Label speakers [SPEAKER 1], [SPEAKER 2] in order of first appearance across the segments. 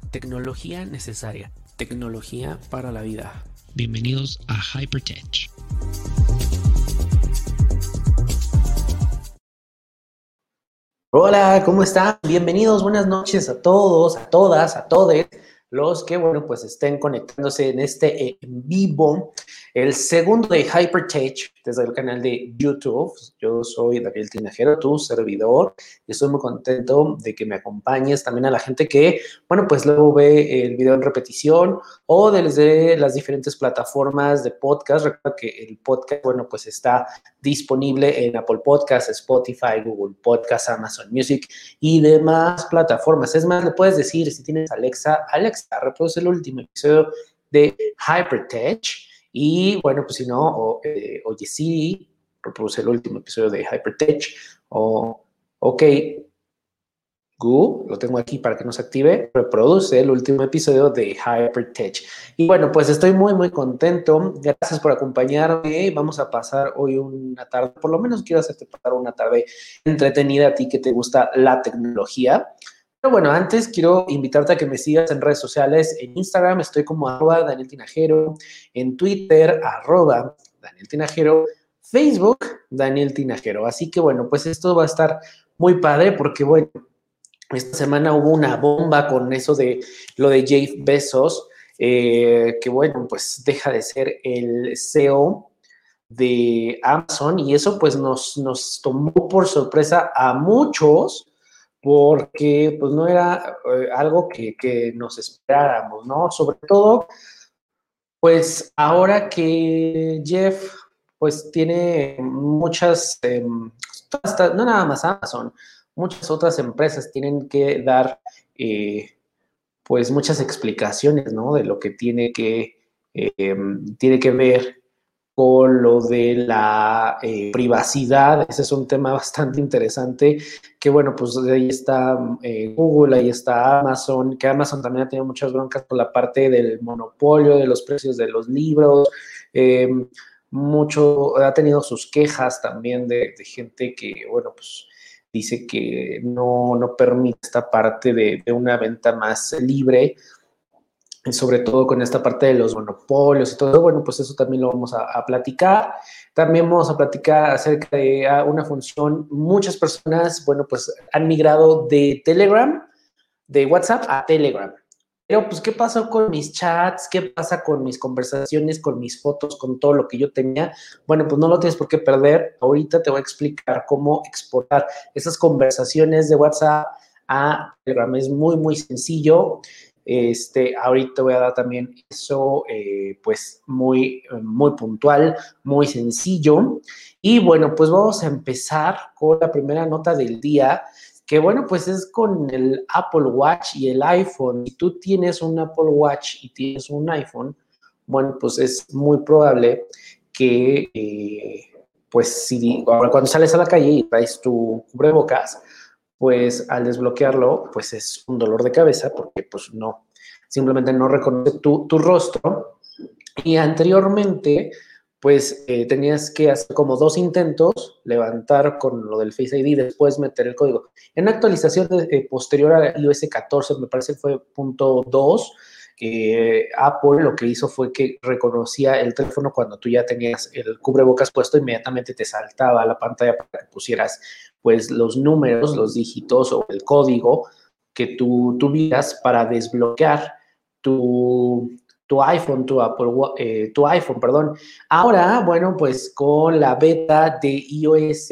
[SPEAKER 1] Tecnología necesaria, tecnología para la vida.
[SPEAKER 2] Bienvenidos a Hypertech.
[SPEAKER 3] Hola, ¿cómo están? Bienvenidos, buenas noches a todos, a todas, a todes los que, pues estén conectándose en este en vivo, el segundo de Hypertech desde el canal de YouTube. Yo soy Daniel Tinajero, tu servidor, y estoy muy contento de que me acompañes. También a la gente que, pues luego ve el video en repetición o desde las diferentes plataformas de podcast. Recuerda que el podcast, pues está disponible en Apple Podcasts, Spotify, Google Podcasts, Amazon Music y demás plataformas. Es más, le puedes decir, si tienes Alexa, reproduce el último episodio de Hypertech. Y pues si no, oye Siri, reproduce el último episodio de Hypertech. O, ok, Google, lo tengo aquí para que nos active, reproduce el último episodio de Hypertech. Y pues estoy muy, muy contento. Gracias por acompañarme. Vamos a pasar hoy una tarde, por lo menos quiero hacerte pasar una tarde entretenida a ti que te gusta la tecnología. Pero antes quiero invitarte a que me sigas en redes sociales. En Instagram estoy como @Daniel Tinajero, en Twitter @Daniel Tinajero, Facebook Daniel Tinajero. Así que pues esto va a estar muy padre porque esta semana hubo una bomba con eso de lo de Jeff Bezos, que pues deja de ser el CEO de Amazon, y eso pues nos tomó por sorpresa a muchos, porque pues no era algo que nos esperáramos, ¿no? Sobre todo, pues ahora que Jeff pues tiene muchas, no nada más Amazon, muchas otras empresas tienen que dar pues muchas explicaciones, ¿no? De lo que tiene que ver con lo de la privacidad. Ese es un tema bastante interesante, que pues ahí está Google, ahí está Amazon, que Amazon también ha tenido muchas broncas por la parte del monopolio de los precios de los libros. Ha tenido sus quejas también de gente que, pues dice que no permite esta parte de una venta más libre, sobre todo con esta parte de los monopolios y todo. Pues eso también lo vamos a platicar. También vamos a platicar acerca de una función. Muchas personas, pues han migrado de Telegram, de WhatsApp a Telegram. Pero, pues, ¿qué pasó con mis chats? ¿Qué pasa con mis conversaciones, con mis fotos, con todo lo que yo tenía? Pues no lo tienes por qué perder. Ahorita te voy a explicar cómo exportar esas conversaciones de WhatsApp a Telegram. Es muy, muy sencillo. Ahorita te voy a dar también eso, pues muy, muy puntual, muy sencillo. Y pues vamos a empezar con la primera nota del día, que pues es con el Apple Watch y el iPhone. Si tú tienes un Apple Watch y tienes un iPhone, pues es muy probable que, pues ahora cuando sales a la calle y traes tu cubrebocas, pues al desbloquearlo, pues es un dolor de cabeza, porque pues simplemente no reconoce tu rostro. Y anteriormente, pues tenías que hacer como 2 intentos, levantar con lo del Face ID y después meter el código. En una actualización posterior a iOS 14, me parece que fue .2, Apple lo que hizo fue que reconocía el teléfono cuando tú ya tenías el cubrebocas puesto. Inmediatamente te saltaba la pantalla para que pusieras pues los números, los dígitos o el código que tú tuvieras para desbloquear tu iPhone, tu iPhone, perdón. Ahora, pues con la beta de iOS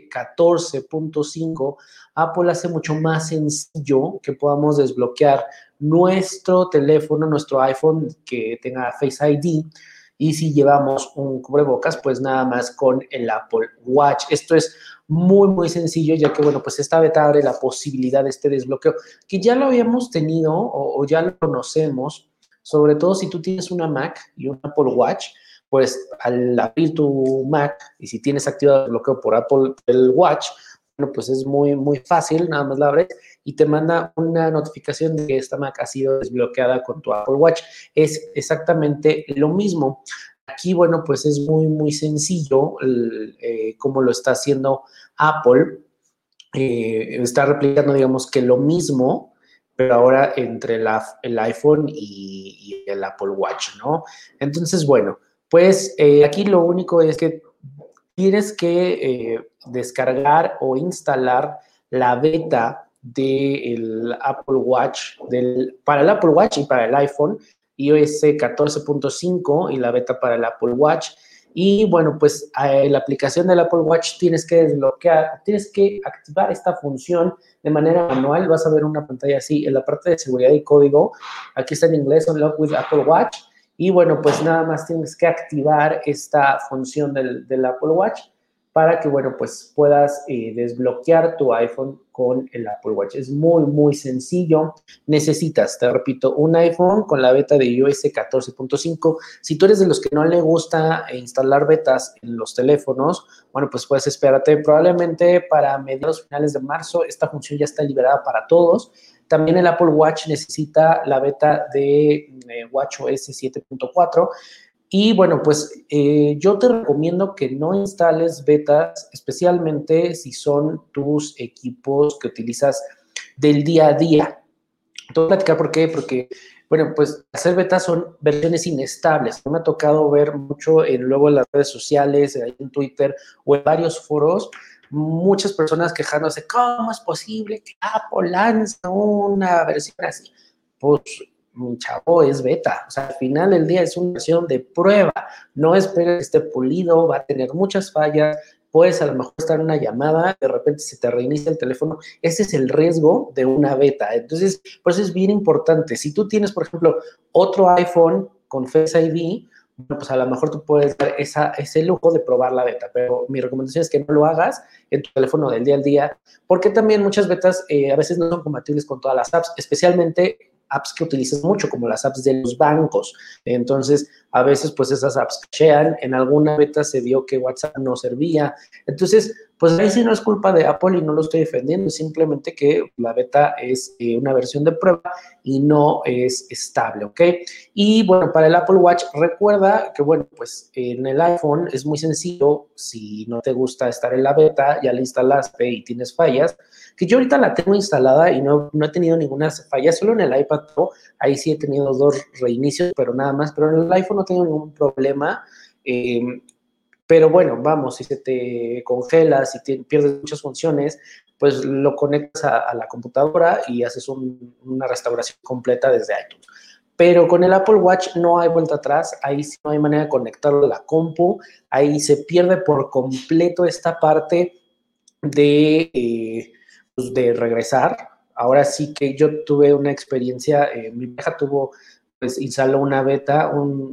[SPEAKER 3] 14.5, Apple hace mucho más sencillo que podamos desbloquear nuestro teléfono, nuestro iPhone que tenga Face ID. Y si llevamos un cubrebocas, pues nada más con el Apple Watch. Esto es muy, muy sencillo, ya que, pues esta beta abre la posibilidad de este desbloqueo, que ya lo habíamos tenido o ya lo conocemos, sobre todo si tú tienes una Mac y un Apple Watch. Pues al abrir tu Mac y si tienes activado el bloqueo por Apple el Watch, pues es muy, muy fácil, nada más la abres y te manda una notificación de que esta Mac ha sido desbloqueada con tu Apple Watch. Es exactamente lo mismo. Aquí, pues es muy, muy sencillo cómo lo está haciendo Apple. Está replicando, digamos, que lo mismo pero ahora entre el iPhone y el Apple Watch, ¿no? Entonces, bueno, pues aquí lo único es que tienes que descargar o instalar la beta del Apple Watch, para el Apple Watch y para el iPhone, iOS 14.5 y la beta para el Apple Watch. Y bueno, pues la aplicación del Apple Watch tienes que desbloquear, tienes que activar esta función de manera manual. Vas a ver una pantalla así en la parte de seguridad y código. Aquí está en inglés, Unlock with Apple Watch. Y bueno, pues nada más tienes que activar esta función del Apple Watch para que, bueno, pues puedas desbloquear tu iPhone con el Apple Watch. Es muy, muy sencillo. Necesitas, te repito, un iPhone con la beta de iOS 14.5. Si tú eres de los que no le gusta instalar betas en los teléfonos, bueno, pues puedes espérate. Probablemente para mediados finales de marzo esta función ya está liberada para todos. También el Apple Watch necesita la beta de WatchOS 7.4. Y bueno, pues yo te recomiendo que no instales betas, especialmente si son tus equipos que utilizas del día a día. Te voy a platicar por qué, porque, bueno, pues hacer betas son versiones inestables. Me ha tocado ver mucho luego en las redes sociales, en Twitter o en varios foros, muchas personas quejándose, ¿cómo es posible que Apple lance una versión así? Pues, mi chavo, es beta. O sea, al final del día es una versión de prueba. No espera que esté pulido, va a tener muchas fallas. Puedes a lo mejor estar en una llamada, de repente se te reinicia el teléfono. Ese es el riesgo de una beta. Entonces, por eso es bien importante. Si tú tienes, por ejemplo, otro iPhone con Face ID, bueno, pues a lo mejor tú puedes dar ese lujo de probar la beta, pero mi recomendación es que no lo hagas en tu teléfono del día al día, porque también muchas betas a veces no son compatibles con todas las apps, especialmente apps que utilizas mucho, como las apps de los bancos. Entonces, a veces, pues esas apps crashean. En alguna beta se vio que WhatsApp no servía. Entonces, pues ahí sí no es culpa de Apple y no lo estoy defendiendo, simplemente que la beta es una versión de prueba y no es estable, ¿ok? Y bueno, para el Apple Watch, recuerda que, bueno, pues en el iPhone es muy sencillo. Si no te gusta estar en la beta, ya la instalaste y tienes fallas, que yo ahorita la tengo instalada y no he tenido ninguna falla, solo en el iPad Pro, ahí sí he tenido 2 reinicios, pero nada más, pero en el iPhone no tengo ningún problema. Pero bueno, vamos, si se te congela, si pierdes muchas funciones, pues lo conectas a la computadora y haces una restauración completa desde iTunes. Pero con el Apple Watch no hay vuelta atrás, ahí sí no hay manera de conectarlo a la compu, ahí se pierde por completo esta parte pues de regresar. Ahora sí que yo tuve una experiencia, mi pareja pues instaló una beta,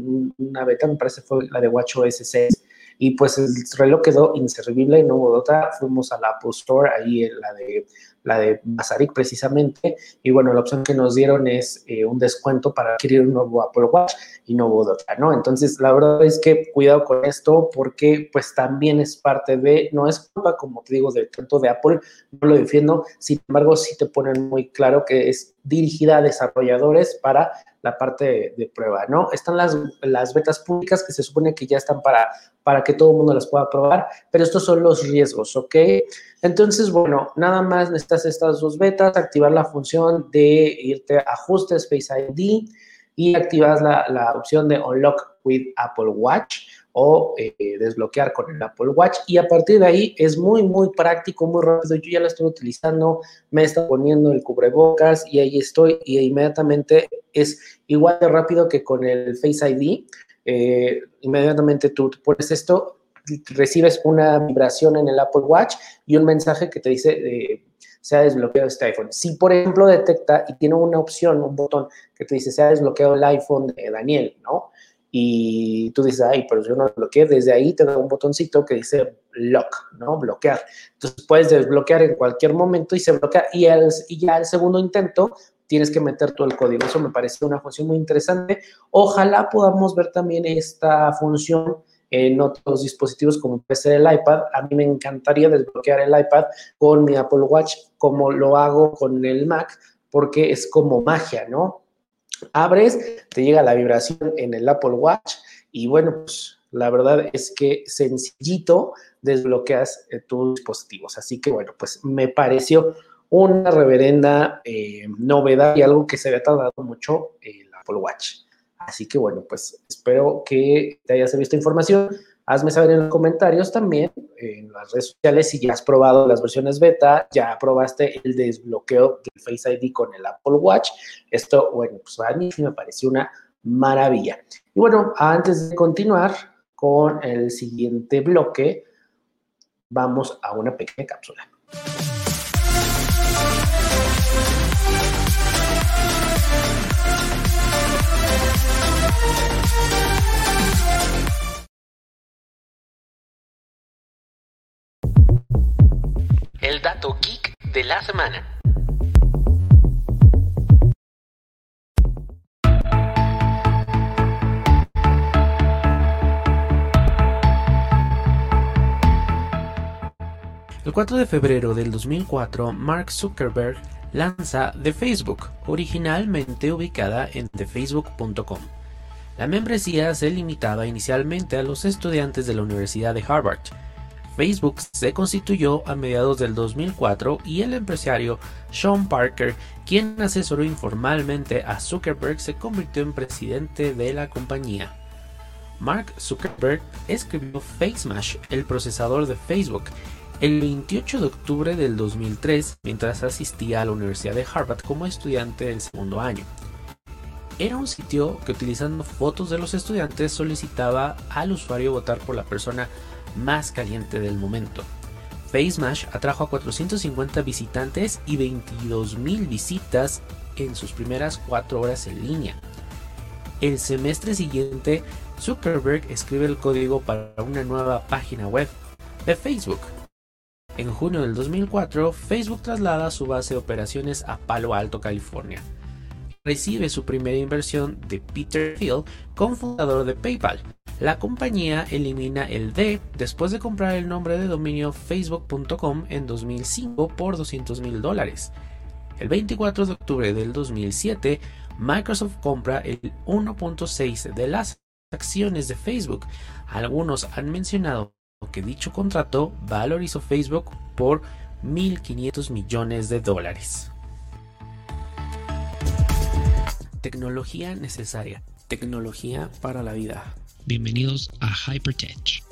[SPEAKER 3] me parece fue la de WatchOS 6, y pues el reloj quedó inservible y no hubo otra. Fuimos a la Apple Store, ahí en la de Mazarik precisamente, y bueno, la opción que nos dieron es un descuento para adquirir un nuevo Apple Watch y no hubo otra, ¿no? Entonces, la verdad es que cuidado con esto porque pues también es parte no es culpa, como te digo, de tanto de Apple, no lo defiendo, sin embargo, sí te ponen muy claro que es dirigida a desarrolladores para la parte de prueba, ¿no? Están las betas públicas que se supone que ya están para que todo el mundo las pueda probar, pero estos son los riesgos, ¿ok? Entonces, bueno, nada más necesitas estas 2 betas, activar la función de irte a ajustes Face ID y activas la opción de Unlock with Apple Watch o desbloquear con el Apple Watch, y a partir de ahí es muy, muy práctico, muy rápido. Yo ya lo estoy utilizando, me está poniendo el cubrebocas y ahí estoy, y inmediatamente es igual de rápido que con el Face ID. Inmediatamente tú pones esto, recibes una vibración en el Apple Watch y un mensaje que te dice se ha desbloqueado este iPhone. Si, por ejemplo, detecta y tiene una opción, un botón que te dice se ha desbloqueado el iPhone de Daniel, ¿no? Y tú dices, ay, pero yo no lo bloqueé, desde ahí te da un botoncito que dice lock, ¿no? Bloquear. Entonces puedes desbloquear en cualquier momento y se bloquea, y ya el segundo intento tienes que meter todo el código. Eso me parece una función muy interesante. Ojalá podamos ver también esta función en otros dispositivos como puede ser el iPad. A mí me encantaría desbloquear el iPad con mi Apple Watch como lo hago con el Mac, porque es como magia, ¿no? Abres, te llega la vibración en el Apple Watch y bueno, pues la verdad es que sencillito desbloqueas tus dispositivos. Así que bueno, pues me pareció una reverenda novedad y algo que se había tardado mucho, el Apple Watch. Así que bueno, pues espero que te haya servido esta información. Hazme saber en los comentarios también, en las redes sociales, si ya has probado las versiones beta, ya probaste el desbloqueo del Face ID con el Apple Watch. Esto, bueno, pues a mí sí me pareció una maravilla. Y bueno, antes de continuar con el siguiente bloque, vamos a una pequeña cápsula.
[SPEAKER 1] El dato geek de la semana. El 4 de febrero del 2004, Mark Zuckerberg lanza The Facebook, originalmente ubicada en thefacebook.com. La membresía se limitaba inicialmente a los estudiantes de la Universidad de Harvard. Facebook se constituyó a mediados del 2004 y el empresario Sean Parker, quien asesoró informalmente a Zuckerberg, se convirtió en presidente de la compañía. Mark Zuckerberg escribió FaceMash, el procesador de Facebook, el 28 de octubre del 2003, mientras asistía a la Universidad de Harvard como estudiante del segundo año. Era un sitio que, utilizando fotos de los estudiantes, solicitaba al usuario votar por la persona más caliente del momento. FaceMash atrajo a 450 visitantes y 22,000 visitas en sus primeras 4 horas en línea. El semestre siguiente, Zuckerberg escribe el código para una nueva página web de Facebook. En junio del 2004, Facebook traslada su base de operaciones a Palo Alto, California. Recibe su primera inversión de Peter Thiel, cofundador de PayPal. La compañía elimina el D después de comprar el nombre de dominio facebook.com en 2005 por $200,000. El 24 de octubre del 2007, Microsoft compra el 1.6 de las acciones de Facebook. Algunos han mencionado que dicho contrato valorizó Facebook por $1,500 millones. Tecnología necesaria, tecnología para la vida.
[SPEAKER 2] Bienvenidos a Hypertech.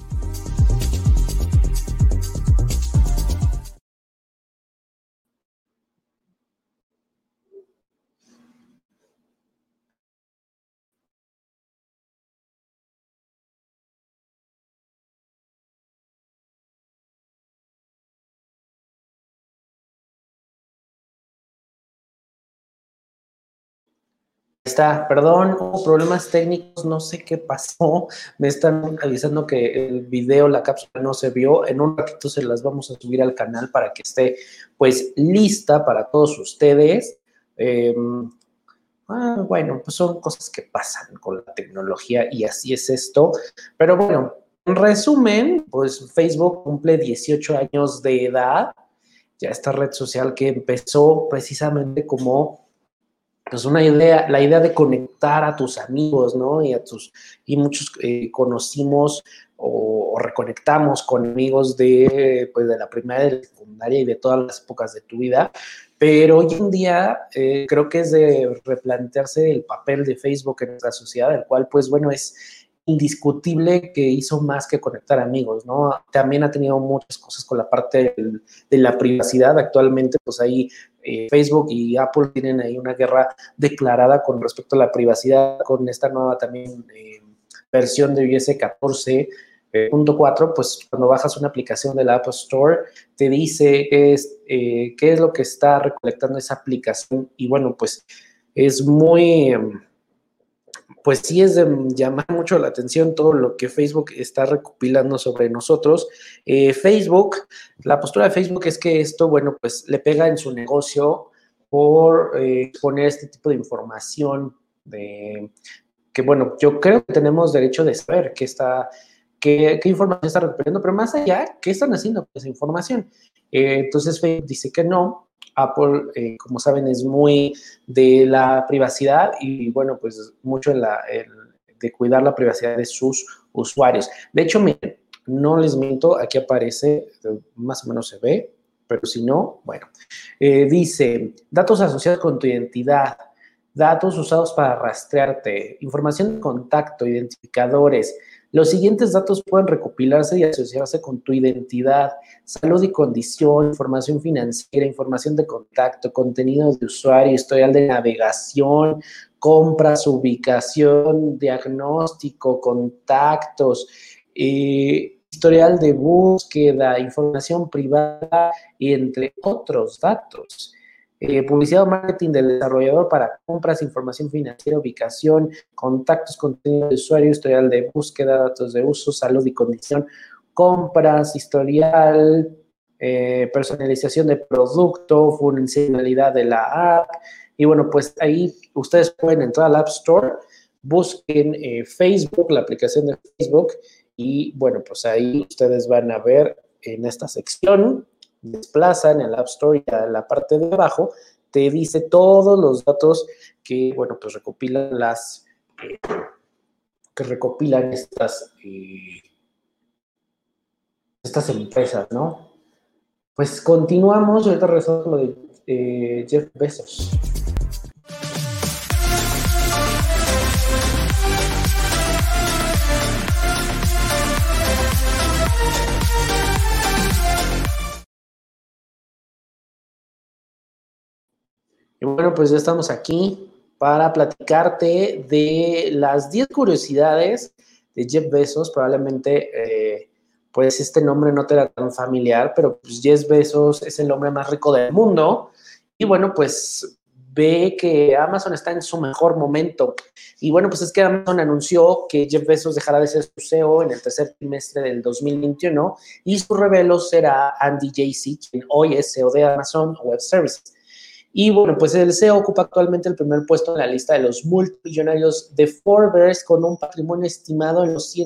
[SPEAKER 3] Está, perdón, hubo problemas técnicos, no sé qué pasó, me están avisando que el video, la cápsula no se vio, en un ratito se las vamos a subir al canal para que esté pues lista para todos ustedes. Bueno, pues son cosas que pasan con la tecnología y así es esto, pero bueno, en resumen, pues Facebook cumple 18 años de edad, ya esta red social que empezó precisamente como pues una idea, la idea de conectar a tus amigos, ¿no? Y muchos conocimos o reconectamos con amigos pues de la primaria, de la secundaria y de todas las épocas de tu vida. Pero hoy en día creo que es de replantearse el papel de Facebook en nuestra sociedad, el cual, pues bueno, es indiscutible que hizo más que conectar amigos, ¿no? También ha tenido muchas cosas con la parte de la privacidad. Actualmente, pues ahí Facebook y Apple tienen ahí una guerra declarada con respecto a la privacidad, con esta nueva también versión de iOS 14.4, pues cuando bajas una aplicación de la App Store, te dice qué es lo que está recolectando esa aplicación. Y bueno, pues es muy... pues sí es de llamar mucho la atención todo lo que Facebook está recopilando sobre nosotros. Facebook, la postura de Facebook es que esto, bueno, pues le pega en su negocio por poner este tipo de información que, bueno, yo creo que tenemos derecho de saber qué información está recopilando, pero más allá, ¿qué están haciendo con esa información? Entonces Facebook dice que no. Apple, como saben, es muy de la privacidad y, bueno, pues mucho de cuidar la privacidad de sus usuarios. De hecho, miren, no les miento, aquí aparece, más o menos se ve, pero si no, bueno. Dice, datos asociados con tu identidad, datos usados para rastrearte, información de contacto, identificadores. Los siguientes datos pueden recopilarse y asociarse con tu identidad, salud y condición, información financiera, información de contacto, contenido de usuario, historial de navegación, compras, ubicación, diagnóstico, contactos, historial de búsqueda, información privada y entre otros datos. Publicidad o marketing del desarrollador para compras, información financiera, ubicación, contactos, contenido de usuario, historial de búsqueda, datos de uso, salud y condición, compras, historial, personalización de producto, funcionalidad de la app. Y bueno, pues ahí ustedes pueden entrar al App Store, busquen Facebook, la aplicación de Facebook, y bueno, pues ahí ustedes van a ver en esta sección, desplazan el App Store y a la parte de abajo te dice todos los datos que, bueno, pues recopilan estas empresas, ¿no? Pues continuamos, ahorita regresamos con lo de Jeff Bezos. Y bueno, pues ya estamos aquí para platicarte de las 10 curiosidades de Jeff Bezos. Probablemente, pues este nombre no te era tan familiar, pero pues Jeff Bezos es el hombre más rico del mundo. Y bueno, pues ve que Amazon está en su mejor momento. Y bueno, pues es que Amazon anunció que Jeff Bezos dejará de ser su CEO en el tercer trimestre del 2021 y su revelo será Andy Jassy, quien hoy es CEO de Amazon Web Services. Y bueno, pues el CEO ocupa actualmente el primer puesto en la lista de los multimillonarios de Forbes con un patrimonio estimado en los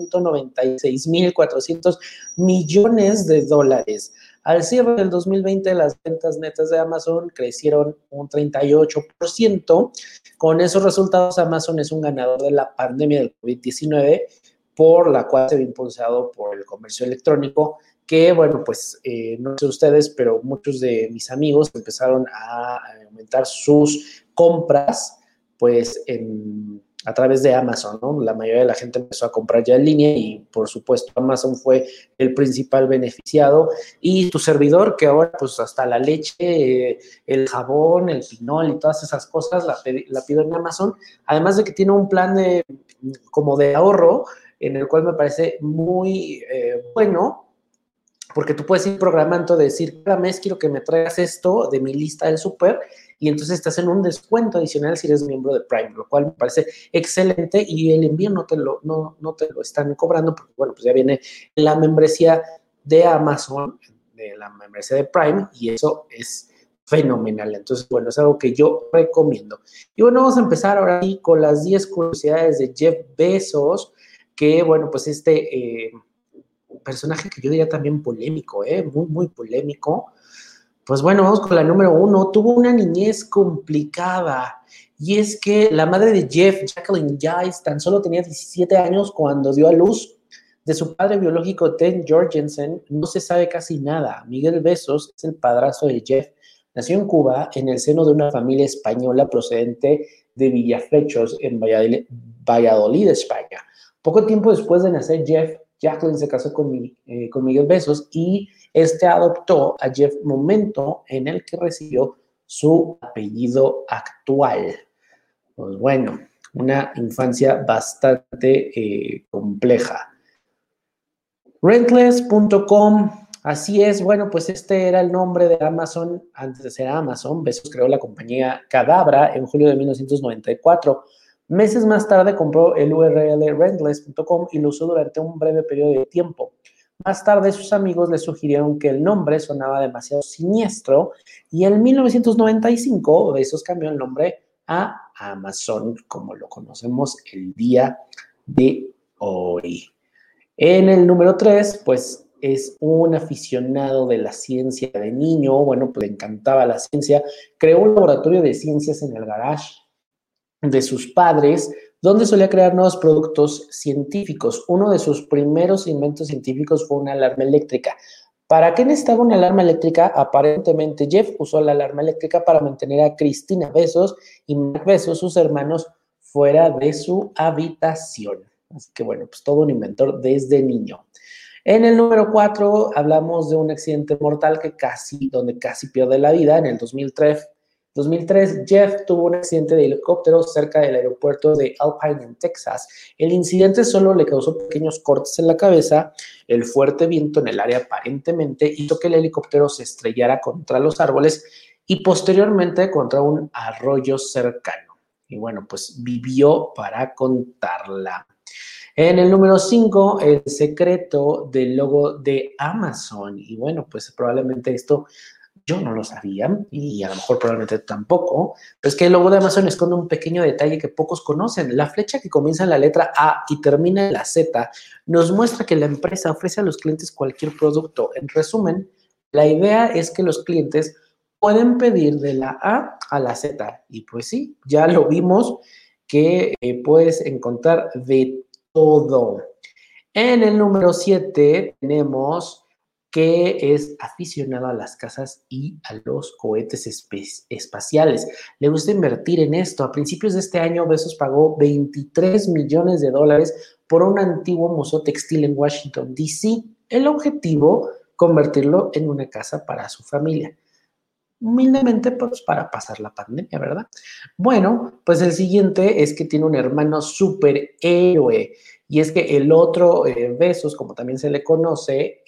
[SPEAKER 3] 196.400 millones de dólares. Al cierre del 2020, las ventas netas de Amazon crecieron un 38%. Con esos resultados, Amazon es un ganador de la pandemia del COVID-19, por la cual se ve impulsado por el comercio electrónico, que, bueno, pues no sé ustedes, pero muchos de mis amigos empezaron a aumentar sus compras, pues, a través de Amazon, ¿no? La mayoría de la gente empezó a comprar ya en línea y, por supuesto, Amazon fue el principal beneficiado. Y tu servidor, que ahora, pues, hasta la leche, el jabón, el pinol y todas esas cosas la pido en Amazon, además de que tiene un plan como de ahorro, en el cual me parece muy bueno, porque tú puedes ir programando de decir, cada mes quiero que me traigas esto de mi lista del súper, y entonces estás en un descuento adicional si eres miembro de Prime, lo cual me parece excelente, y el envío no te lo están cobrando, porque bueno, pues ya viene la membresía de Amazon, de la membresía de Prime, y eso es fenomenal. Entonces, bueno, es algo que yo recomiendo. Y bueno, vamos a empezar ahora sí con las 10 curiosidades de Jeff Bezos, que bueno, pues personaje que yo diría también polémico, muy, muy polémico. Pues bueno, vamos con la número 1. Tuvo una niñez complicada, y es que la madre de Jeff, Jacqueline Giles, tan solo tenía 17 años cuando dio a luz. De su padre biológico, Ted Jorgensen, no se sabe casi nada. Miguel Bezos es el padrastro de Jeff. Nació en Cuba, en el seno de una familia española procedente de Villaflechos, en Valladolid, España. Poco tiempo después de nacer Jeff, Jacqueline se casó con Miguel Bezos, y este adoptó a Jeff, momento en el que recibió su apellido actual. Pues bueno, una infancia bastante compleja. Rentless.com, así es, bueno, pues este era el nombre de Amazon antes de ser Amazon. Bezos creó la compañía Cadabra en julio de 1994. Meses más tarde compró el URL Rentless.com y lo usó durante un breve periodo de tiempo. Más tarde, sus amigos le sugirieron que el nombre sonaba demasiado siniestro, y en 1995 Bezos cambió el nombre a Amazon, como lo conocemos el día de hoy. En el número 3, pues es un aficionado de la ciencia de niño. Bueno, pues le encantaba la ciencia. Creó un laboratorio de ciencias en el garage de sus padres, donde solía crear nuevos productos científicos. Uno de sus primeros inventos científicos fue una alarma eléctrica. ¿Para qué necesitaba una alarma eléctrica? Aparentemente Jeff usó la alarma eléctrica para mantener a Christina Bezos y Mark Bezos, sus hermanos, fuera de su habitación. Así que bueno, pues todo un inventor desde niño. En el número 4 hablamos de un accidente mortal donde casi pierde la vida en el 2003, Jeff tuvo un accidente de helicóptero cerca del aeropuerto de Alpine en Texas. El incidente solo le causó pequeños cortes en la cabeza. El fuerte viento en el área aparentemente hizo que el helicóptero se estrellara contra los árboles y posteriormente contra un arroyo cercano. Y bueno, pues vivió para contarla. En el número 5, el secreto del logo de Amazon. Y bueno, pues probablemente esto yo no lo sabía y a lo mejor probablemente tampoco, pero es que el logo de Amazon esconde un pequeño detalle que pocos conocen. La flecha que comienza en la letra A y termina en la Z nos muestra que la empresa ofrece a los clientes cualquier producto. En resumen, la idea es que los clientes pueden pedir de la A a la Z. Y pues sí, ya lo vimos que puedes encontrar de todo. En el número 7 tenemos que es aficionado a las casas y a los cohetes espaciales. Le gusta invertir en esto. A principios de este año, Bezos pagó $23 millones por un antiguo museo textil en Washington, D.C. El objetivo, convertirlo en una casa para su familia. Humildemente, pues para pasar la pandemia, ¿verdad? Bueno, pues el siguiente es que tiene un hermano superhéroe. Y es que el otro Bezos, como también se le conoce,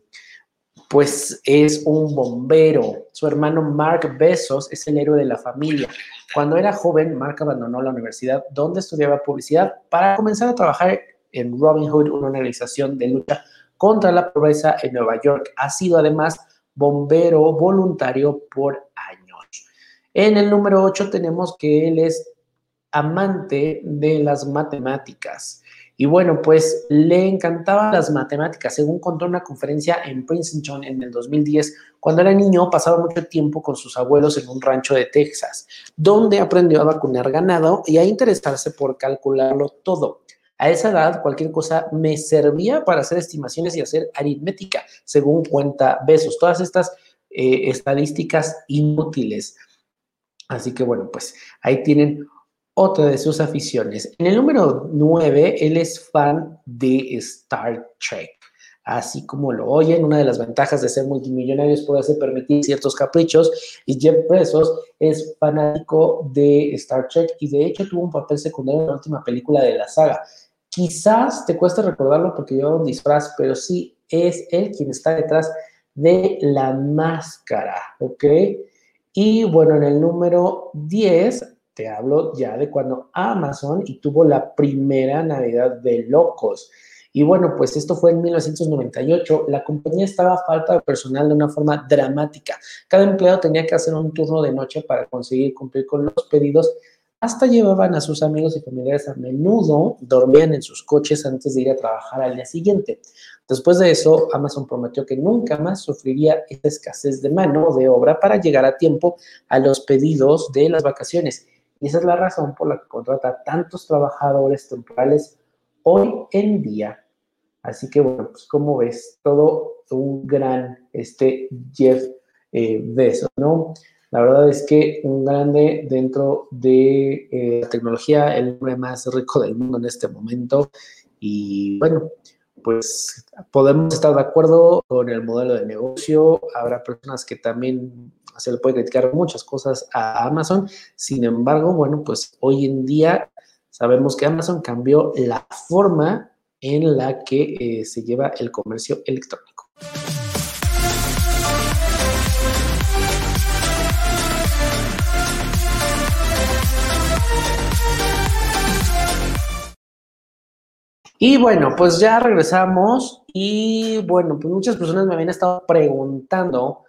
[SPEAKER 3] pues es un bombero. Su hermano Mark Bezos es el héroe de la familia. Cuando era joven, Mark abandonó la universidad donde estudiaba publicidad para comenzar a trabajar en Robin Hood, una organización de lucha contra la pobreza en Nueva York. Ha sido además bombero voluntario por años. En el número 8 tenemos que él es amante de las matemáticas. Y bueno, pues le encantaban las matemáticas. Según contó en una conferencia en Princeton en el 2010, cuando era niño pasaba mucho tiempo con sus abuelos en un rancho de Texas, donde aprendió a vacunar ganado y a interesarse por calcularlo todo. A esa edad, cualquier cosa me servía para hacer estimaciones y hacer aritmética, según cuenta Bezos. Todas estas estadísticas inútiles. Así que bueno, pues ahí tienen otra de sus aficiones. En el número 9, él es fan de Star Trek. Así como lo oyen, una de las ventajas de ser multimillonario es poderse permitir ciertos caprichos, y Jeff Bezos es fanático de Star Trek y de hecho tuvo un papel secundario en la última película de la saga. Quizás te cueste recordarlo porque lleva un disfraz, pero sí es él quien está detrás de la máscara, ¿ok? Y bueno, en el número 10 te hablo ya de cuando Amazon y tuvo la primera Navidad de locos. Y bueno, pues esto fue en 1998. La compañía estaba a falta de personal de una forma dramática. Cada empleado tenía que hacer un turno de noche para conseguir cumplir con los pedidos. Hasta llevaban a sus amigos y familiares, a menudo dormían en sus coches antes de ir a trabajar al día siguiente. Después de eso, Amazon prometió que nunca más sufriría esta escasez de mano de obra para llegar a tiempo a los pedidos de las vacaciones. Y esa es la razón por la que contrata tantos trabajadores temporales hoy en día. Así que, bueno, pues como ves, todo un gran Jeff Bezos, ¿no? La verdad es que un grande dentro de la tecnología, el hombre más rico del mundo en este momento. Y bueno, pues podemos estar de acuerdo con el modelo de negocio. Habrá personas que también se le puede criticar muchas cosas a Amazon. Sin embargo, bueno, pues hoy en día sabemos que Amazon cambió la forma en la que se lleva el comercio electrónico. Y bueno, pues ya regresamos y bueno, pues muchas personas me habían estado preguntando,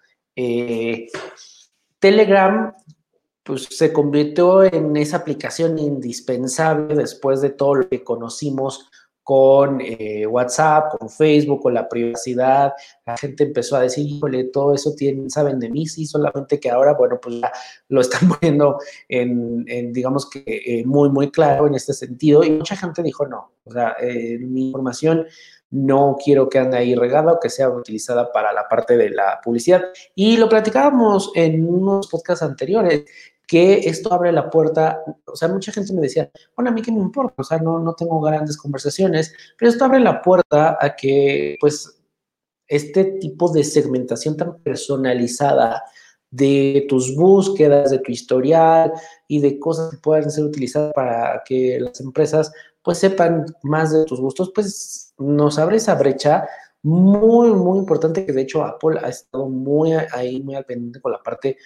[SPEAKER 3] Telegram pues se convirtió en esa aplicación indispensable después de todo lo que conocimos con WhatsApp, con Facebook, con la privacidad. La gente empezó a decir, híjole, todo eso saben de mí, sí, solamente que ahora, bueno, pues ya lo están poniendo digamos que muy, muy claro en este sentido. Y mucha gente dijo, no, o sea, mi información no quiero que ande ahí regada o que sea utilizada para la parte de la publicidad. Y lo platicábamos en unos podcasts anteriores, que esto abre la puerta, o sea, mucha gente me decía, bueno, a mí qué me importa, o sea, no tengo grandes conversaciones, pero esto abre la puerta a que, pues, este tipo de segmentación tan personalizada de tus búsquedas, de tu historial y de cosas que puedan ser utilizadas para que las empresas pues sepan más de tus gustos, pues nos abre esa brecha muy importante que de hecho Apple ha estado muy ahí, muy al pendiente con la parte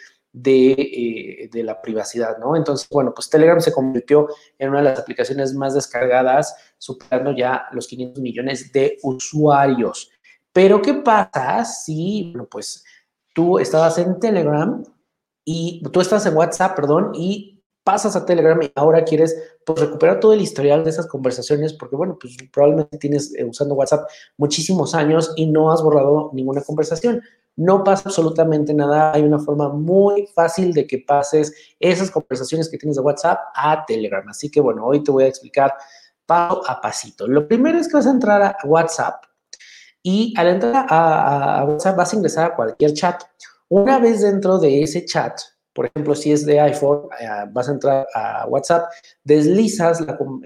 [SPEAKER 3] de la privacidad, ¿no? Entonces, bueno, pues Telegram se convirtió en una de las aplicaciones más descargadas, superando ya los 500 millones de usuarios. Pero, ¿qué pasa si, bueno, pues tú estabas en Telegram y tú estás en WhatsApp, perdón, y pasas a Telegram y ahora quieres pues recuperar todo el historial de esas conversaciones porque, bueno, pues probablemente tienes usando WhatsApp muchísimos años y no has borrado ninguna conversación. No pasa absolutamente nada. Hay una forma muy fácil de que pases esas conversaciones que tienes de WhatsApp a Telegram. Así que, bueno, hoy te voy a explicar paso a pasito. Lo primero es que vas a entrar a WhatsApp y al entrar a WhatsApp vas a ingresar a cualquier chat. Una vez dentro de ese chat, por ejemplo, si es de iPhone, vas a entrar a WhatsApp, deslizas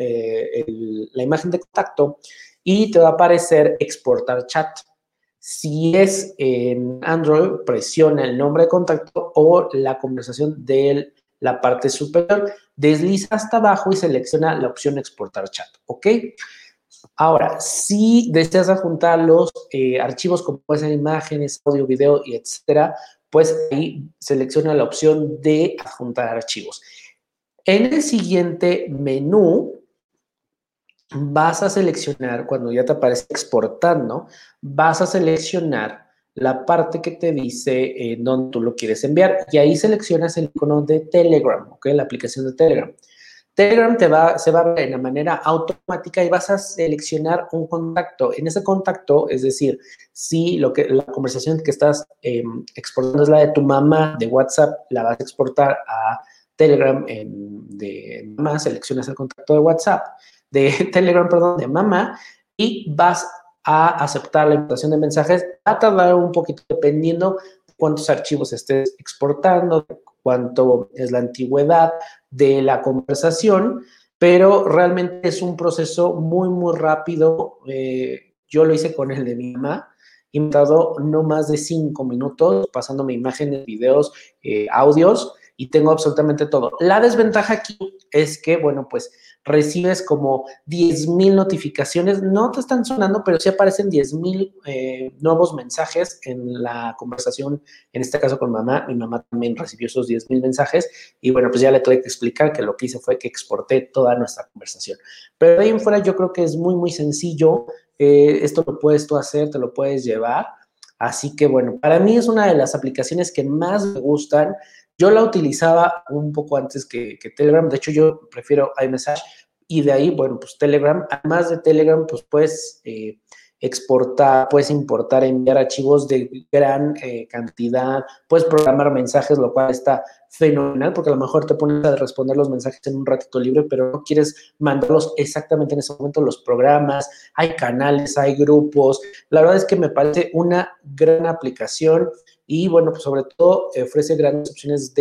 [SPEAKER 3] la imagen de contacto y te va a aparecer exportar chat. Si es en Android, presiona el nombre de contacto o la conversación de la parte superior, desliza hasta abajo y selecciona la opción exportar chat, ¿ok? Ahora, si deseas adjuntar los archivos como pueden ser imágenes, audio, video y etcétera, pues ahí selecciona la opción de adjuntar archivos. En el siguiente menú vas a seleccionar, cuando ya te aparece exportando, vas a seleccionar la parte que te dice dónde tú lo quieres enviar y ahí seleccionas el icono de Telegram, ¿ok? La aplicación de Telegram. Telegram se va a ver de manera automática y vas a seleccionar un contacto. En ese contacto, es decir, si la conversación que estás exportando es la de tu mamá de WhatsApp, la vas a exportar a Telegram de mamá, seleccionas el contacto de WhatsApp, de Telegram, perdón, de mamá, y vas a aceptar la invitación de mensajes. Va a tardar un poquito dependiendo de cuántos archivos estés exportando, cuánto es la antigüedad de la conversación, pero realmente es un proceso muy rápido. Yo lo hice con el de mi mamá y me tardó no más de 5 minutos pasándome imágenes, videos, audios y tengo absolutamente todo. La desventaja aquí es que, bueno, pues recibes como 10,000 notificaciones, no te están sonando, pero sí aparecen 10,000 nuevos mensajes en la conversación, en este caso con mamá. Mi mamá también recibió esos 10,000 mensajes y bueno, pues ya le tuve que explicar que lo que hice fue que exporté toda nuestra conversación. Pero de ahí en fuera yo creo que es muy sencillo, esto lo puedes tú hacer, te lo puedes llevar, así que bueno, para mí es una de las aplicaciones que más me gustan. Yo la utilizaba un poco antes que Telegram, de hecho yo prefiero iMessage y de ahí, bueno, pues Telegram, además de Telegram, pues puedes exportar, puedes importar, enviar archivos de gran cantidad, puedes programar mensajes, lo cual está fenomenal, porque a lo mejor te pones a responder los mensajes en un ratito libre, pero no quieres mandarlos exactamente en ese momento, los programas, hay canales, hay grupos. La verdad es que me parece una gran aplicación y, bueno, pues sobre todo ofrece grandes opciones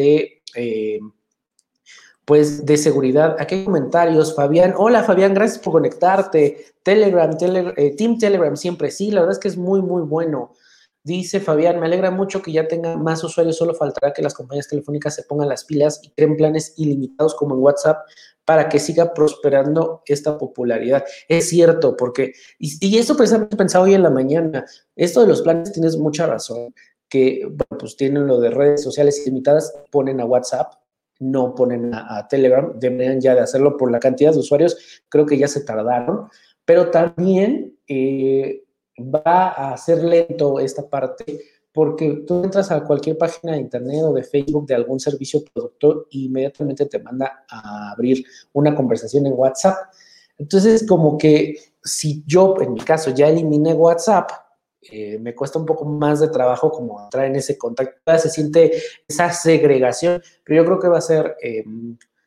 [SPEAKER 3] pues de seguridad. Aquí hay comentarios, Fabián. Hola, Fabián, gracias por conectarte. Team Telegram siempre. Sí, la verdad es que es muy bueno. Dice Fabián, me alegra mucho que ya tenga más usuarios, solo faltará que las compañías telefónicas se pongan las pilas y creen planes ilimitados como en WhatsApp para que siga prosperando esta popularidad. Es cierto, porque, y eso precisamente pensaba hoy en la mañana, esto de los planes tienes mucha razón, que bueno, pues tienen lo de redes sociales ilimitadas, ponen a WhatsApp, no ponen a Telegram, deberían ya de hacerlo por la cantidad de usuarios, creo que ya se tardaron, pero también va a ser lento esta parte porque tú entras a cualquier página de internet o de Facebook de algún servicio productor e inmediatamente te manda a abrir una conversación en WhatsApp. Entonces, como que si yo, en mi caso, ya eliminé WhatsApp, me cuesta un poco más de trabajo como entrar en ese contacto, se siente esa segregación, pero yo creo que va a ser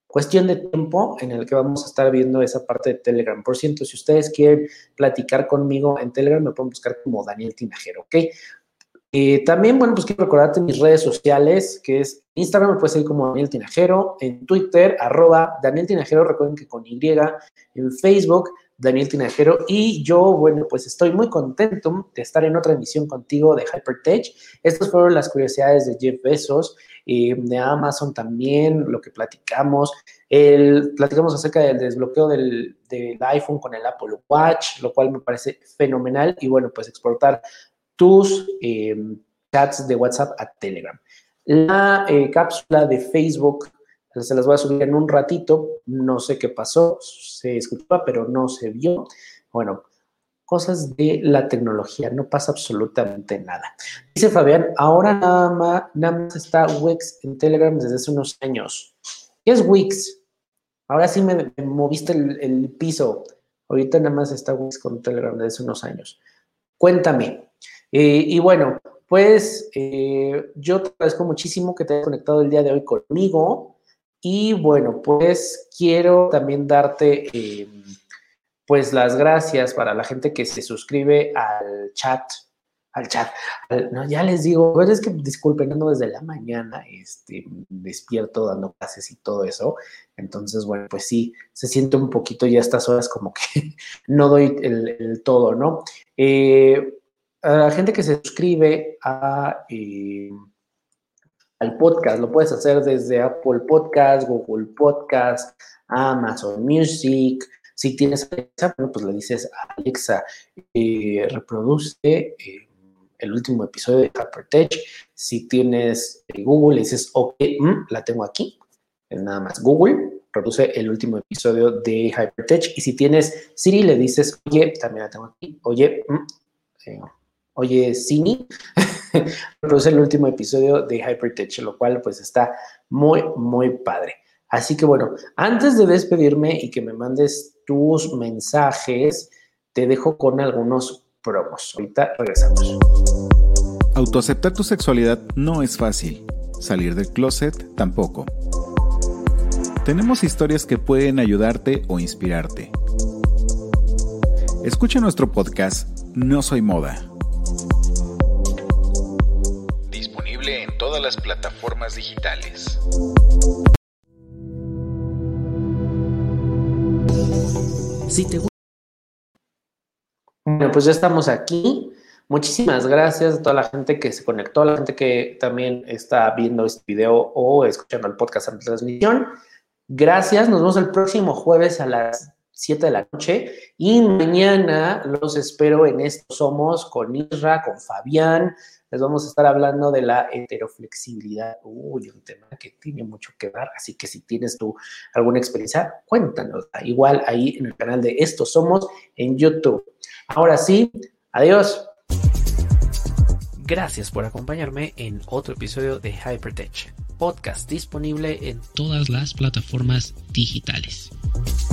[SPEAKER 3] cuestión de tiempo en el que vamos a estar viendo esa parte de Telegram. Por cierto, si ustedes quieren platicar conmigo en Telegram, me pueden buscar como Daniel Tinajero, ¿ok? También, bueno, pues quiero recordarte mis redes sociales, que es Instagram, me puedes seguir como Daniel Tinajero, en Twitter, @Daniel Tinajero, recuerden que con Y, en Facebook, Daniel Tinajero, y yo, bueno, pues estoy muy contento de estar en otra emisión contigo de Hypertech. Estas fueron las curiosidades de Jeff Bezos, de Amazon también, lo que platicamos. Platicamos acerca del desbloqueo del iPhone con el Apple Watch, lo cual me parece fenomenal, y bueno, pues exportar tus chats de WhatsApp a Telegram. La cápsula de Facebook se las voy a subir en un ratito. No sé qué pasó, se escuchaba, pero no se vio. Bueno, cosas de la tecnología, no pasa absolutamente nada. Dice Fabián, ahora nada más está Wix en Telegram desde hace unos años. ¿Qué es Wix? Ahora sí me moviste el piso. Ahorita nada más está Wix con Telegram desde hace unos años. Cuéntame. Y bueno, pues yo te agradezco muchísimo que te hayas conectado el día de hoy conmigo. Y bueno, pues quiero también darte pues las gracias para la gente que se suscribe al chat. No, ya les digo, pues es que disculpen, ando desde la mañana despierto dando clases y todo eso. Entonces, bueno, pues sí, se siente un poquito ya a estas horas como que no doy el todo, ¿no? A la gente que se suscribe al podcast, lo puedes hacer desde Apple Podcast, Google Podcast, Amazon Music. Si tienes Alexa, bueno, pues le dices a Alexa, reproduce el último episodio de Hypertech. Si tienes Google, le dices, ok, la tengo aquí. Nada más Google, reproduce el último episodio de Hypertech. Y si tienes Siri, le dices, oye, también la tengo aquí. Oye, Siri, reproduce el último episodio de Hypertech, lo cual pues está muy, muy padre. Así que bueno, antes de despedirme y que me mandes tus mensajes, te dejo con algunos promos. Ahorita regresamos.
[SPEAKER 4] Autoaceptar tu sexualidad no es fácil. Salir del closet tampoco. Tenemos historias que pueden ayudarte o inspirarte. Escucha nuestro podcast No Soy Moda. Disponible en todas las plataformas digitales.
[SPEAKER 1] Si te gusta.
[SPEAKER 3] Bueno, pues ya estamos aquí. Muchísimas gracias a toda la gente que se conectó, a la gente que también está viendo este video o escuchando el podcast en transmisión. Gracias, nos vemos el próximo jueves a las 7 de la noche y mañana los espero en Esto Somos con Isra, con Fabián. Les vamos a estar hablando de la heteroflexibilidad. Un tema que tiene mucho que dar, así que si tienes tú alguna experiencia, cuéntanos. Igual ahí en el canal de Esto Somos en YouTube. Ahora sí, adiós.
[SPEAKER 1] Gracias por acompañarme en otro episodio de Hypertech, podcast disponible en
[SPEAKER 2] todas las plataformas digitales.